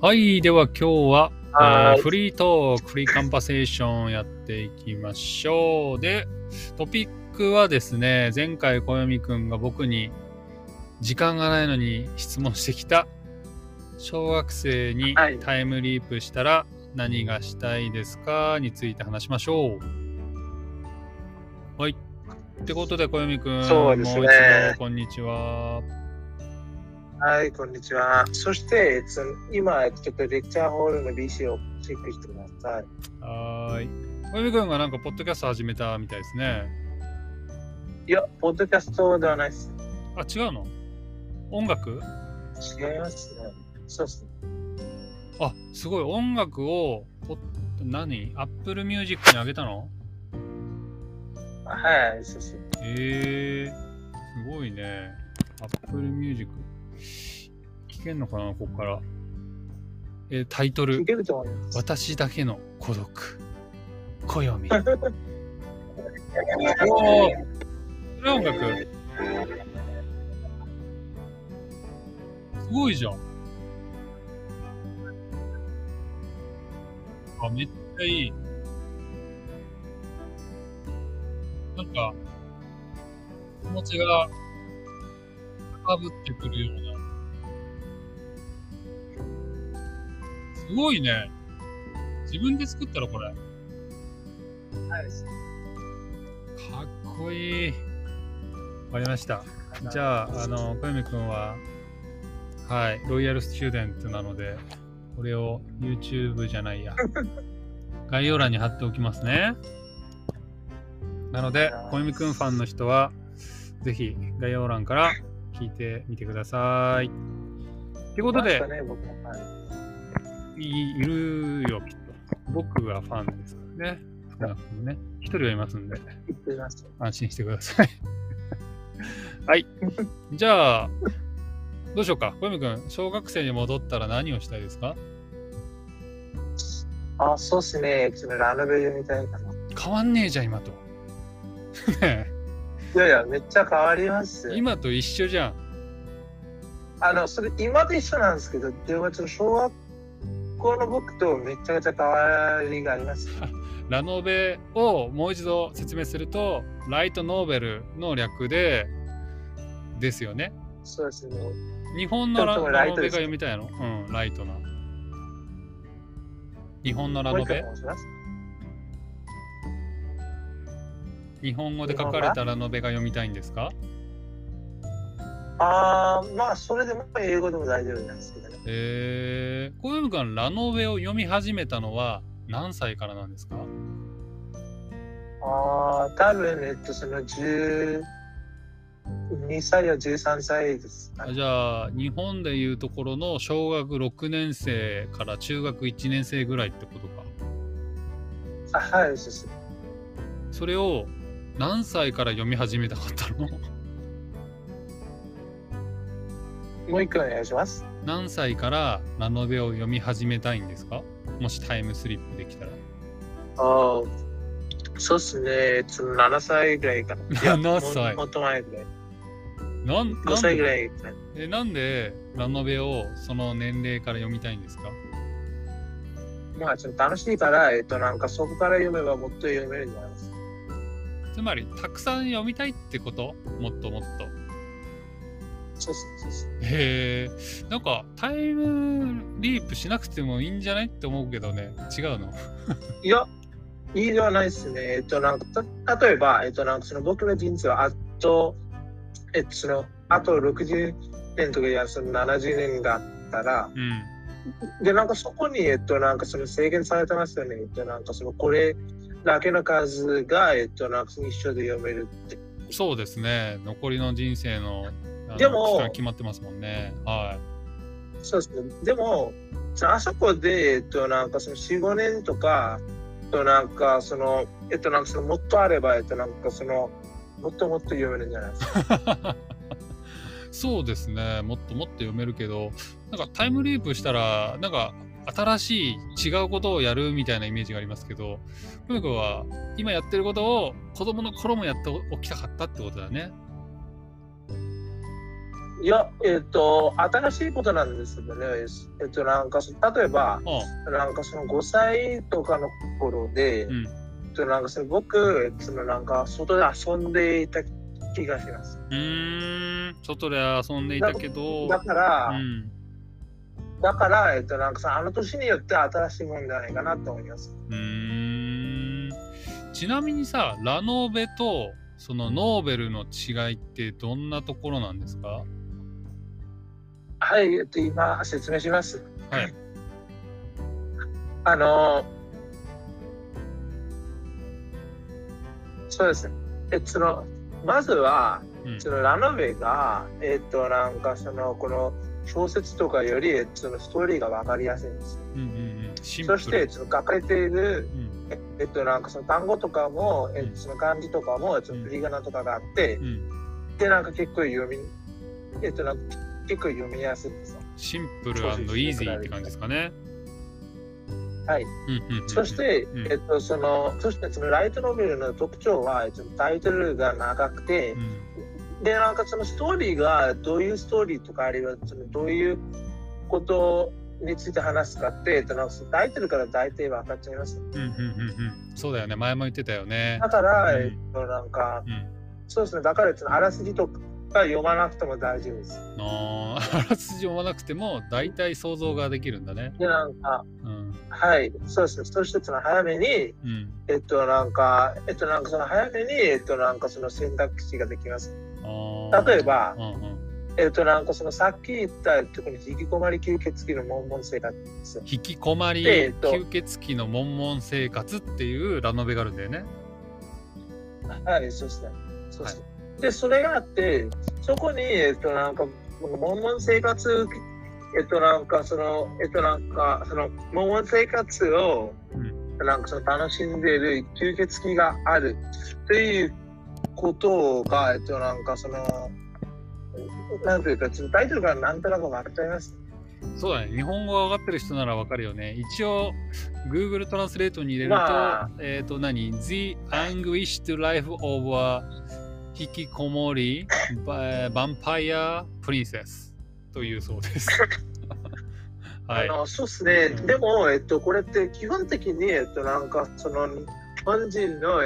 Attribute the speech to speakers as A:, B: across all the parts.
A: はい、では今日は、
B: はい。
A: フリートーク、フリーカンパセーションやっていきましょう。で、トピックはですね、前回小読くんが僕に時間がないのに質問してきた小学生に
B: はい。
A: タイムリープしたら何がしたいですかについて話しましょう。はい。ってことで小読くん、
B: そうです
A: もう一度
B: ね。
A: こんにちは。
B: はい、こんにちは。そして、今、ちょっとレクチャーホールの BC をチェックしてください。
A: はーい。小読くんがなんかポッドキャスト始めたみたいですね。
B: いや、ポッドキャストではないです。
A: あ、違うの？音楽？
B: 違いますね。そうですね。
A: あ、すごい。音楽をApple Music に上げたの？
B: はい、そうです。
A: すごいね。Apple Music。聞けんのかな、ここから。タイトル
B: 聞。けると思います。
A: 私だけの孤独。暦。おー、それ音楽。すごいじゃん。あ、めっちゃいい。なんか、気持ちが高ぶってくるような。すごいね。自分で作ったのこれ。
B: はい。
A: かっこいい。わかりました。じゃあ、小読くんは、はい、ロイヤルスチューデントなので、これを YouTube じゃないや、概要欄に貼っておきますね。なので、小読くんファンの人は、ぜひ概要欄から聞いてみてください。ということで、いるよ、きっと。僕はファンですからね。少なくともね。一人はいますんで、安心してください。はい。じゃあ、どうしようか。小読くん、小学生に戻ったら何をしたいですか？
B: あ、そうですね。ラノベ読みたいかな。
A: 変わんねえじゃん、今と。ね
B: いやいや、めっちゃ変わります
A: え。今と一緒じゃん。
B: それ今と一緒なんですけど、でも小学校の僕とめちゃめちゃ変わりがあります。
A: ラノベをもう一度説明すると、ライトノーベルの略ですよね。
B: そうですね。
A: 日本のラノベが読みたいの？うん、ライトな。日本のラノベ？日本語で書かれたラノベが読みたいんですか？
B: まあ、それでも英語でも大丈夫なんですけどね。
A: 小読くん、ラノベを読み始めたのは何歳からなんですか？
B: 多分、その12歳や13歳です、
A: じゃあ、日本でいうところの小学6年生から中学1年生ぐらいってことか。
B: はい、そうです。
A: それを何歳から読み始めたかったの？
B: もう一回お願いします。
A: 何歳からラノベを読み始めたいんですか？もしタイムスリップできたら。
B: そうですね。7歳ぐらいかな。
A: 7歳。
B: もっと前ぐらい。
A: 5
B: 歳ぐらい。
A: なんでラノベをその年齢から読みたいんですか？
B: まあ、楽しいから、なんかそこから読めばもっと読めるんじゃないですか。
A: つまり、たくさん読みたいってこと？もっともっと。
B: そうそうそう。
A: へえ、なんかタイムリープしなくてもいいんじゃないって思うけどね。違うの？
B: いや、いいではないですね。なんか例えば、なんか僕の人生はあと60年とか70年があったら、で、なんかそこに、なんか制限されてますよね。なんかこれだけの数が、なんか一緒で読めるって。
A: そうですね。残りの人生の
B: でも
A: 期間決まってますもんね。はい。
B: そうですね。でも、あそこで、なんか4、5年とか、なんかなんかもっとあれば、なんかもっともっと読めるんじゃないですか。
A: そうですね。もっともっと読めるけど、なんかタイムリープしたら、なんか新しい違うことをやるみたいなイメージがありますけど、ふみくんは今やってることを子供の頃もやっておきたかったってことだね。
B: いや、新しいことなんですけどね、なんか例えば、なんかその5歳とかの頃で、なんか僕、なんか外で遊んでいた気がします。
A: 外で遊んでいたけど、
B: だから、なんかあの年によって新しいもんじゃないかなと思います。
A: ちなみにさ、ラノベとそのノーベルの違いってどんなところなんですか？
B: はい、今説明します。
A: はい。
B: そうですね。まずは、ラノベが、なんかこの小説とかより、ストーリーが分かりやすいんです。そして、書かれている、なんか単語とかも、その漢字とかも、振り仮名とかがあって、で、なんか結構読みやすいんですよ。
A: シンプル&イージーって感じですかね。
B: はい。そして、そのライトノベルの特徴は、タイトルが長くて、で、なんかそのストーリーがどういうストーリーとか、あるいはどういうことについて話すかって、タイトルから大体分かっちゃいます。
A: そうだよね。前も言ってたよね。
B: だから、なんか、そうですね。だからあらすじとか読まなくても大丈夫です。
A: あらすじ読まなくても大体想像ができるんだね。
B: で、なんか、はい、そうですね。そして早めに、なんかその早めに、なんかその選択肢ができます。例えば、なんかさっき言ったところに引きこまり吸血鬼の悶々生活です。
A: 引きこまり吸血鬼の悶々生活っていうラノベがあるんだよね。
B: はい、そうですね。そうですね。で、それがあって、そこに、なんか、悶々生活、なんか悶々生活を、なんか楽しんでいる吸血鬼があるということが、なんかなんというか、タイトルからなんとなく分かっちゃいます。
A: そうだね。日本語が分かってる人なら分かるよね。一応、Google トランスレートに入れると、The Anguished Life of a 引きこもりヴァンパイアプリンセスというそうです。
B: はい、そうですね。でも、これって基本的に、なんか日本人の、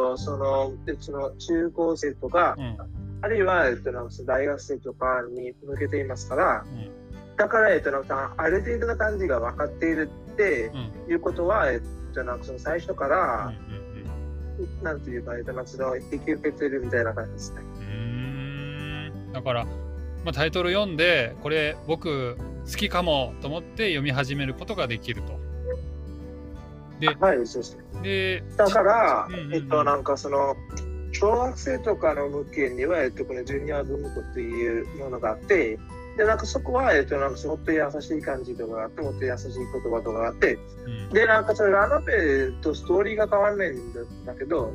B: 中高生とか、あるいは、なんか大学生とかに向けていますから、だから、なんかある程度の感じが分かっているっていうことは、なんか最初から、なんていうか、引き受けてるみたいな感じですね。
A: だから、タイトル読んで、これ僕好きかもと思って読み始めることができると。
B: で、はい、そうですね。で、だから、なんか小学生とかの向けには、このジュニア文庫っていうものがあって、で、なんかそこは、なんかもっと優しい感じとかがあって、もっと優しい言葉とかがあって、で、なんかラノベとストーリーが変わらないんだけど、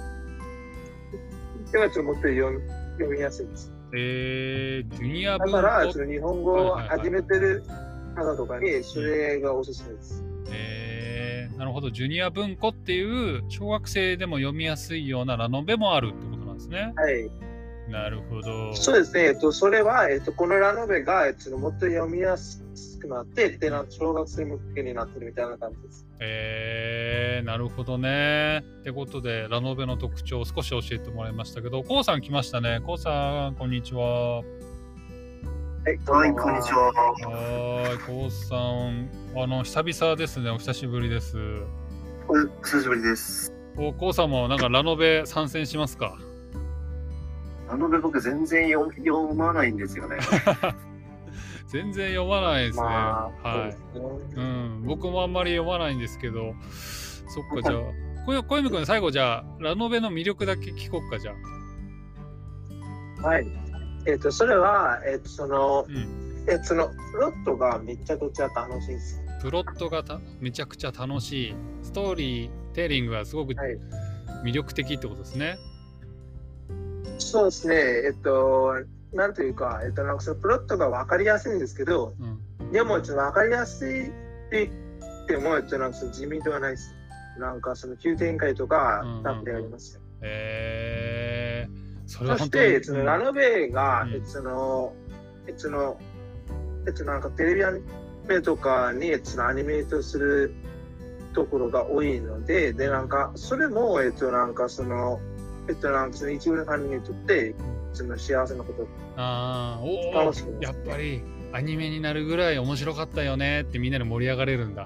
B: ではもっと読みやすいです。
A: ジュニア文庫
B: だから、日本語を始めてる方とかに、それがおすすめです。
A: なるほど。ジュニア文庫っていう小学生でも読みやすいようなラノベもあるってことなんですね。
B: はい。
A: なるほど。
B: そうですね。それは、このラノベが、もっと読みやすくなって、で、小学生向けになってるみたいな感じです。
A: なるほどね。ってことで、ラノベの特徴を少し教えてもらいましたけど、コウさん来ましたね。コウさん、こんにちは。
C: はい、こんにちは。
A: はい、コウさん、久々ですね。お久しぶりです。
C: お久しぶりです。
A: コウさんもなんかラノベ参戦しますか？
C: ラノベ僕全然読まないんですよね。
A: 全然読まないですね。はい。僕もあんまり読まないんですけど、そっか、じゃあ、小泉君、最後、じゃあ、ラノベの魅力だけ聞こうか、じゃ
B: あ。はい。それは、プロットがめちゃくちゃ楽しいです。
A: プロットがめちゃくちゃ楽しい。ストーリーテリングがすごく魅力的ってことですね。
B: そうですね。なんというか、なんかプロットが分かりやすいんですけど、でも分かりやすいって言っても、なんか地味ではないです。なんか急展開とか、たっぷりありますよ。
A: それは本当に。
B: そして、ラノベが、 なんかテレビアニメとかにアニメートするところが多いので、で、なんか、それも、なんかなんかその一部のファンにとって、幸せなこと。
A: ああ、
B: 楽しみですね。
A: やっぱりアニメになるぐらい面白かったよねってみんなで盛り上がれるんだ。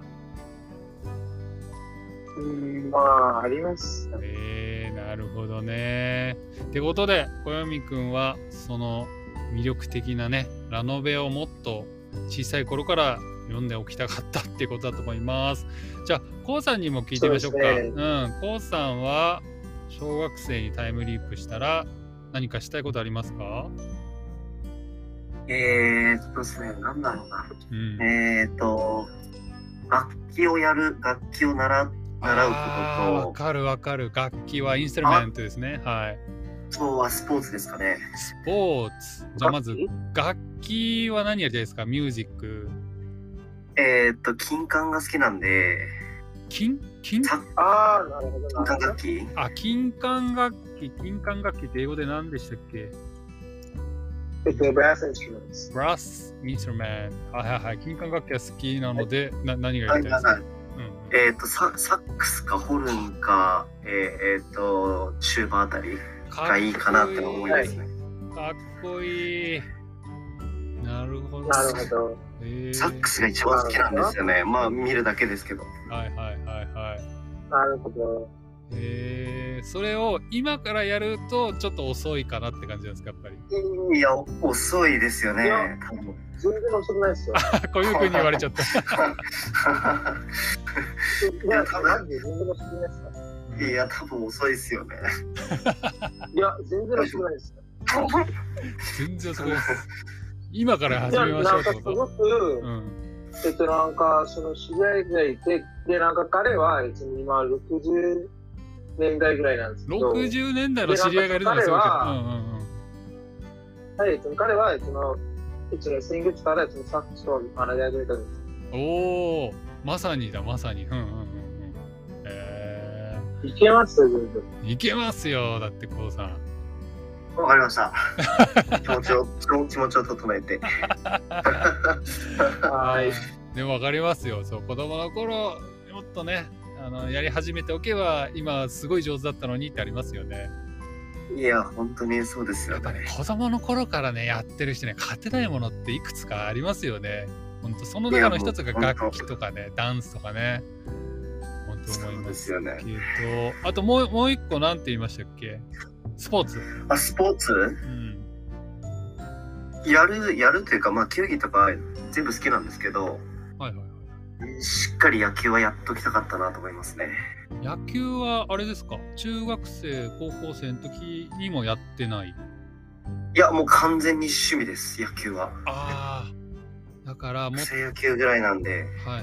B: まあ、あります。
A: なるほどね。ってことで、小読くんはその魅力的なね、ラノベをもっと小さい頃から読んでおきたかったってことだと思います。じゃあ、こうさんにも聞いてみましょうか。こうさんは小学生にタイムリープしたら何かしたいことありますか？
C: ですね、なんだろうな。楽器を習うことと。
A: わかるわかる。楽器はインストゥルメントですね。はい。
C: そうはスポーツですかね。
A: スポーツ。じゃあまず楽器は何やりたいですか？ミュージック。
C: 金管が好きなんで。
A: 金
B: ああ、なるほど。
C: 金管楽器？
A: 金管楽器。金管楽器って英語で何でしたっけ？
B: ブラスインストゥルメント。
A: ブラスインストゥルメント。はい。金管楽器が好きなので、何がやりたいですか？
C: サックスかホルンか、チューバあたりがいいかなって思いますね。
A: かっこいい。なるほど。
B: なるほど。
C: サックスが一番好きなんですよね。まあ見るだけですけど。
A: はい。
B: なるほど。
A: それを今からやるとちょっと遅いかなって感じなんですか、やっぱり。
C: いや、遅いですよね。
B: 全然遅くないですよ。
A: 小ゆうくんに言われちゃった。
B: いや、多分全然遅くないですか？
C: いや、多分遅いですよね。
B: いや、全然遅くないですよ。
A: 全然遅くないです。今から始めましょうってこと？
B: なんかすごく、なんかその知り合いがいて、で、なんか彼は今60年代ぐらいなんですけど。
A: 60年代の知り合いがいるのがすごいけど。
B: はい、彼は先月からサックスを学び始めたんです。
A: おお、まさにだ、まさに。
B: いけますよ、全然。
A: いけますよ、だってこうさん。
C: わかりました。気持ちを整えて。
B: はい。
A: でもわかりますよ。そう、子供の頃もっとね、やり始めておけば今すごい上手だったのにってありますよね。
C: いや、本当にそうですよね。
A: 子供の頃からね、やってる人ね、勝てないものっていくつかありますよね。本当その中の一つが楽器とかね、ダンスとかね。本当思います
C: よね。
A: あともう一個なんて言いましたっけ？スポーツ。
C: スポーツ？やるというか、まあ球技とか全部好きなんですけど、しっかり野球はやっときたかったなと思いますね。
A: 野球はあれですか？中学生、高校生の時にもやってない？
C: いや、もう完全に趣味です、野球は。
A: ああ、だからもう
C: 草野球ぐらいなんで。
A: はい。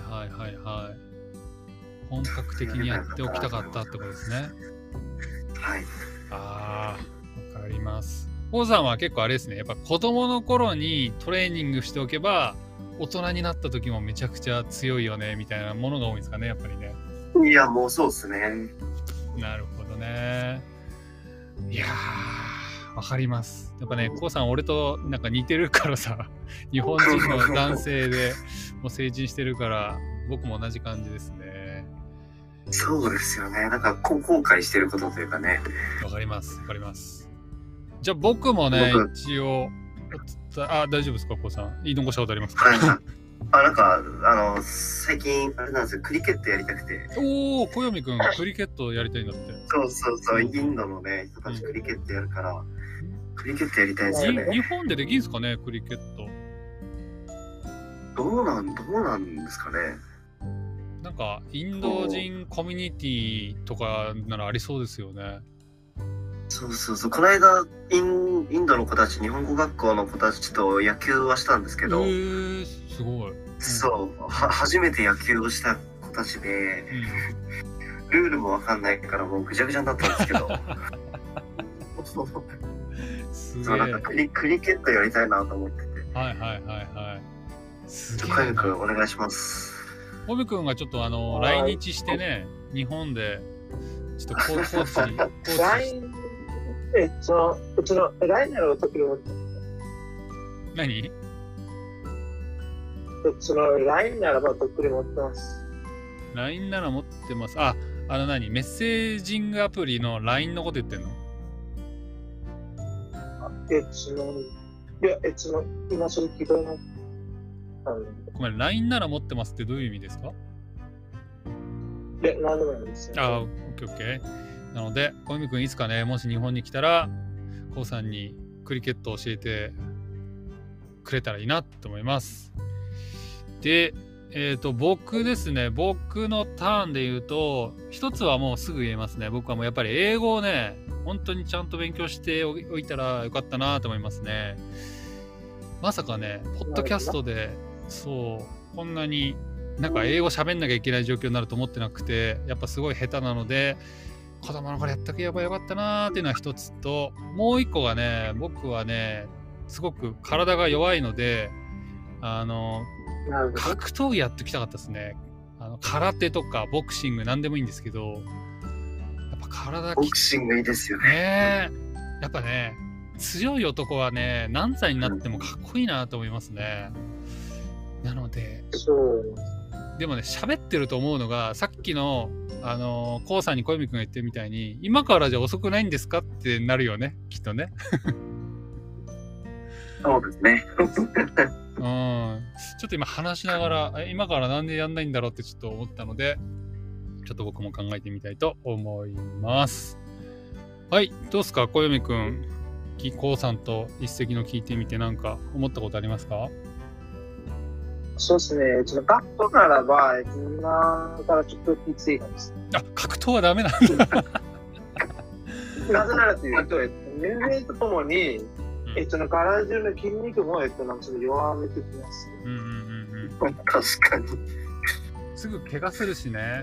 A: 本格的にやっておきたかったってことですね。
C: はい。
A: わかります。王さんは結構あれですね、やっぱ子供の頃にトレーニングしておけば大人になった時もめちゃくちゃ強いよねみたいなものが多いんですかね、やっぱりね。
C: いや、もうそうですね。
A: なるほどね。いやー、わかります。やっぱね、コウさん俺となんか似てるからさ、日本人の男性でもう成人してるから僕も同じ感じですね。
C: そうですよね。なんか後悔してることというかね。
A: わかります。じゃあ僕もね、一応大丈夫ですか、コウさん。言い残したことありますか？
C: なんか最近あれなんですよ、クリケットやりたくて。
A: おお、小読くんクリケットやりたいんだって。
C: そう、インドのね人たちクリケットやるから、クリケットやりたいですよね。
A: 日本でできるんですかね、クリケット。
C: どうなんですかね。
A: なんかインド人コミュニティとかならありそうですよね。
C: そう。この間インドの子たち、日本語学校の子たちと野球はしたんですけど、
A: すごい。
C: 初めて野球をした子たちで、ルールもわかんないからもうぐちゃぐちゃになったんですけどそう、なんかクリケットやりたいなと思ってて。
A: はい。すげえな。
C: 小泉君お願いします。
A: 小泉君がちょっと来日してね、日本でちょっとコーチに
B: 来年の時の
A: 何？
B: その LINE ならばとっくに持ってます。
A: LINE なら持ってます。あ、何メッセージングアプリの LINE のこと言ってんの？今それ聞いたな。ごめん、LINE なら持ってますってどういう意味ですか？
B: いや、なんでもないですよ。
A: オッケーオッケー。なので、小泉くんいつかね、もし日本に来たら、コウさんにクリケットを教えてくれたらいいなと思います。で、僕ですね、僕のターンで言うと、一つはもうすぐ言えますね。僕はもうやっぱり英語をね、本当にちゃんと勉強しておいたらよかったなと思いますね。まさかね、ポッドキャストで、こんなになんか英語喋んなきゃいけない状況になると思ってなくて、やっぱすごい下手なので、子供の頃やっとけばよかったなーっていうのは一つと、もう一個がね、僕はね、すごく体が弱いので、格闘技やってきたかったですね。空手とかボクシングなんでもいいんですけど、やっぱ体
C: ボクシングいいですよ
A: ね。やっぱね、強い男はね、何歳になってもかっこいいなと思いますね。なので、でもね、喋ってると思うのが、さっきのコウさんに小泉くんが言ってるみたいに、今からじゃ遅くないんですかってなるよね、きっとね。
C: そうですね。
A: ちょっと今話しながら、今からなんでやんないんだろうってちょっと思ったので、ちょっと僕も考えてみたいと思います。はい、どうですか、小泉くん、コウさんと一石の聞いてみてなんか思ったことありますか？
B: そうですね、格闘ならば、今からちょっときついかもしれない。
A: 格闘はダメなんだ。
B: なぜならというと、年齢とともに、体中の筋肉も、弱めてきます。
C: 確かに。
A: すぐ怪我するしね。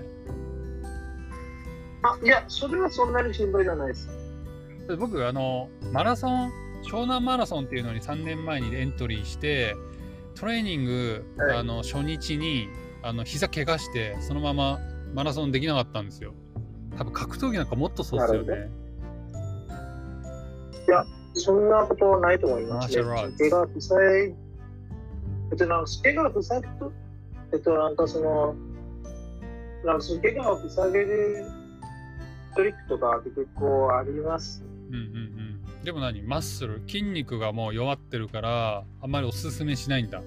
B: いや、それはそんなに心配じゃないです。
A: 僕、マラソン、湘南マラソンっていうのに3年前にエントリーして、トレーニング、初日に膝怪我して、そのままマラソンできなかったんですよ。多分格闘技なんかもっとそうですよね。
B: いや、そんなことはないと思います、ね。怪我不細、怪我不細と、怪我を塞げるトリックとか結構あります。
A: でもマッスル、筋肉がもう弱ってるから、あんまりおすすめしないんだ。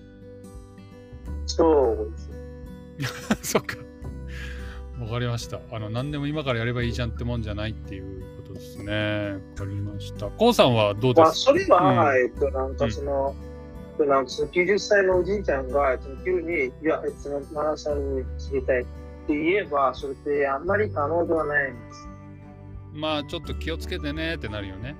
B: そうです。
A: そっか。わかりました。何でも今からやればいいじゃんってもんじゃないっていうことですね。わかりました。コウさんはどうですか？
B: それは、90歳のおじいちゃんが急に、いや、マラソンに走りたいって言えば、それってあんまり可能ではないんです。
A: まあ、ちょっと気をつけてねってなるよね。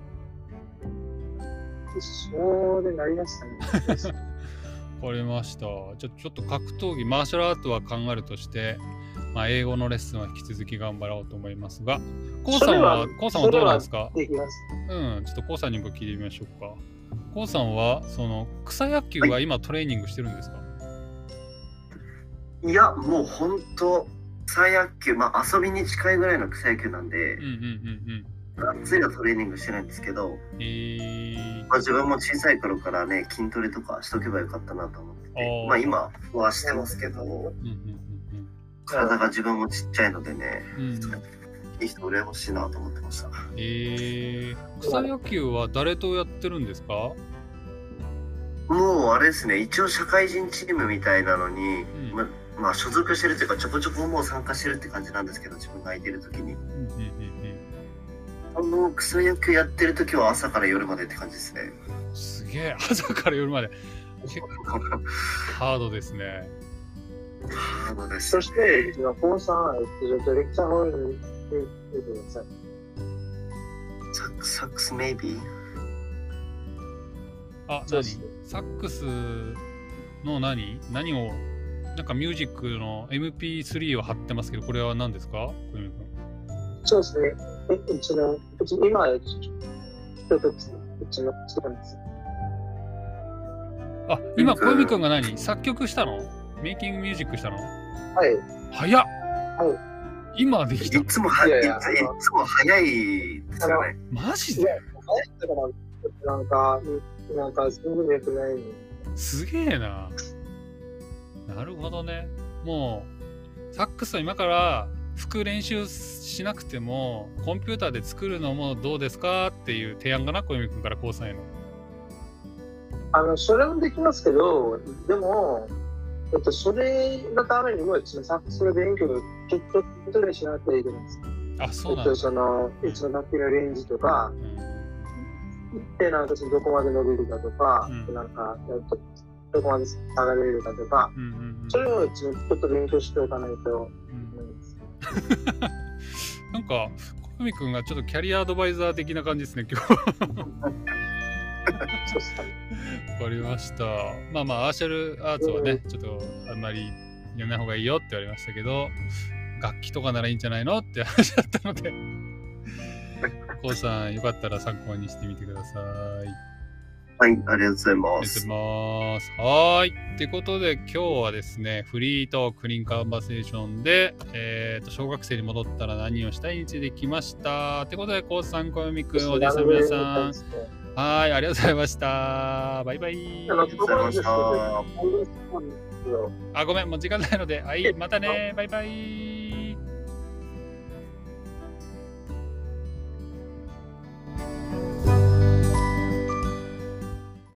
B: そうでなりましたね。
A: わかりました。ちょっと格闘技、マーシャルアートは考えるとして、英語のレッスンは引き続き頑張ろうと思いますが、コウさんはどうなんですか？
B: できます。
A: ちょっとコウさんにも聞いてみましょうか。コウさんは草野球は今トレーニングしてるんですか？
C: いや、もう本当草野球、遊びに近いぐらいの草野球なんで、がっつりはトレーニングしてないんですけど、自分も小さい頃からね、筋トレとかしとけばよかったなと思ってて、今はしてますけど、体が自分もちっちゃいのでね、いい人羨ましいなと思ってました。
A: 草野球は誰とやってるんですか？
C: もうあれですね、一応社会人チームみたいなのに、所属してるというかちょこちょこもう参加してるって感じなんですけど、自分が空いてる時に。草野球やってる時は朝から夜までって感じですね。
A: すげえ、朝から夜まで。結構ハードですね。
C: ハードです。
B: そして、コウさん、レクチャーホールに行ってください。
C: サックス、maybe？
A: サックスの何を、なんかミュージックの MP3 を貼ってますけど、これは何ですか？
B: そうですね。今、ちょっと違うんです。
A: 今、小泉君が作曲したの？メイキングミュージックしたの？
B: はい。
A: 早っ！
B: はい。
A: 今できた。
C: いつも早いですよね。
A: マジで？
B: なんか、すぐ良くない。
A: すげえな。 なるほどね。もうサックスを今から吹く練習しなくてもコンピューターで作るのもどうですかっていう提案がな、小泉君からコウさんへの。
B: それもできますけど、でも、それのためにもサックスの勉強をちょっとでしなきゃいけないんです。
A: あ、そうなんだ。
B: その楽器のレンジとか、でなんかどこまで伸びるかとか、なんかどこまで下がれるかとか、それをちょっと勉強しておかないと思います。
A: なんか小泉君がちょっとキャリアアドバイザー的な感じですね今日。わかりました。まあアーシャルアーツはね、ちょっとあんまりやめない方がいいよって言われましたけど、楽器とかならいいんじゃないのって話だったので、コウさんよかったら参考にしてみてください。
C: はい、ありがとうございます。
A: ありがとうございます。はい。ってことで今日はですね、フリートーク、クリーンカンバセーションで、小学生に戻ったら何をしたいについてきました。ってことで、コウさん、小泉くん、おじいさん、皆さん、はい、ありがとうございました。バイバイ。
C: ありがとうございました。
A: あ、ごめん、もう時間ないので、はい、またね、バイバイ。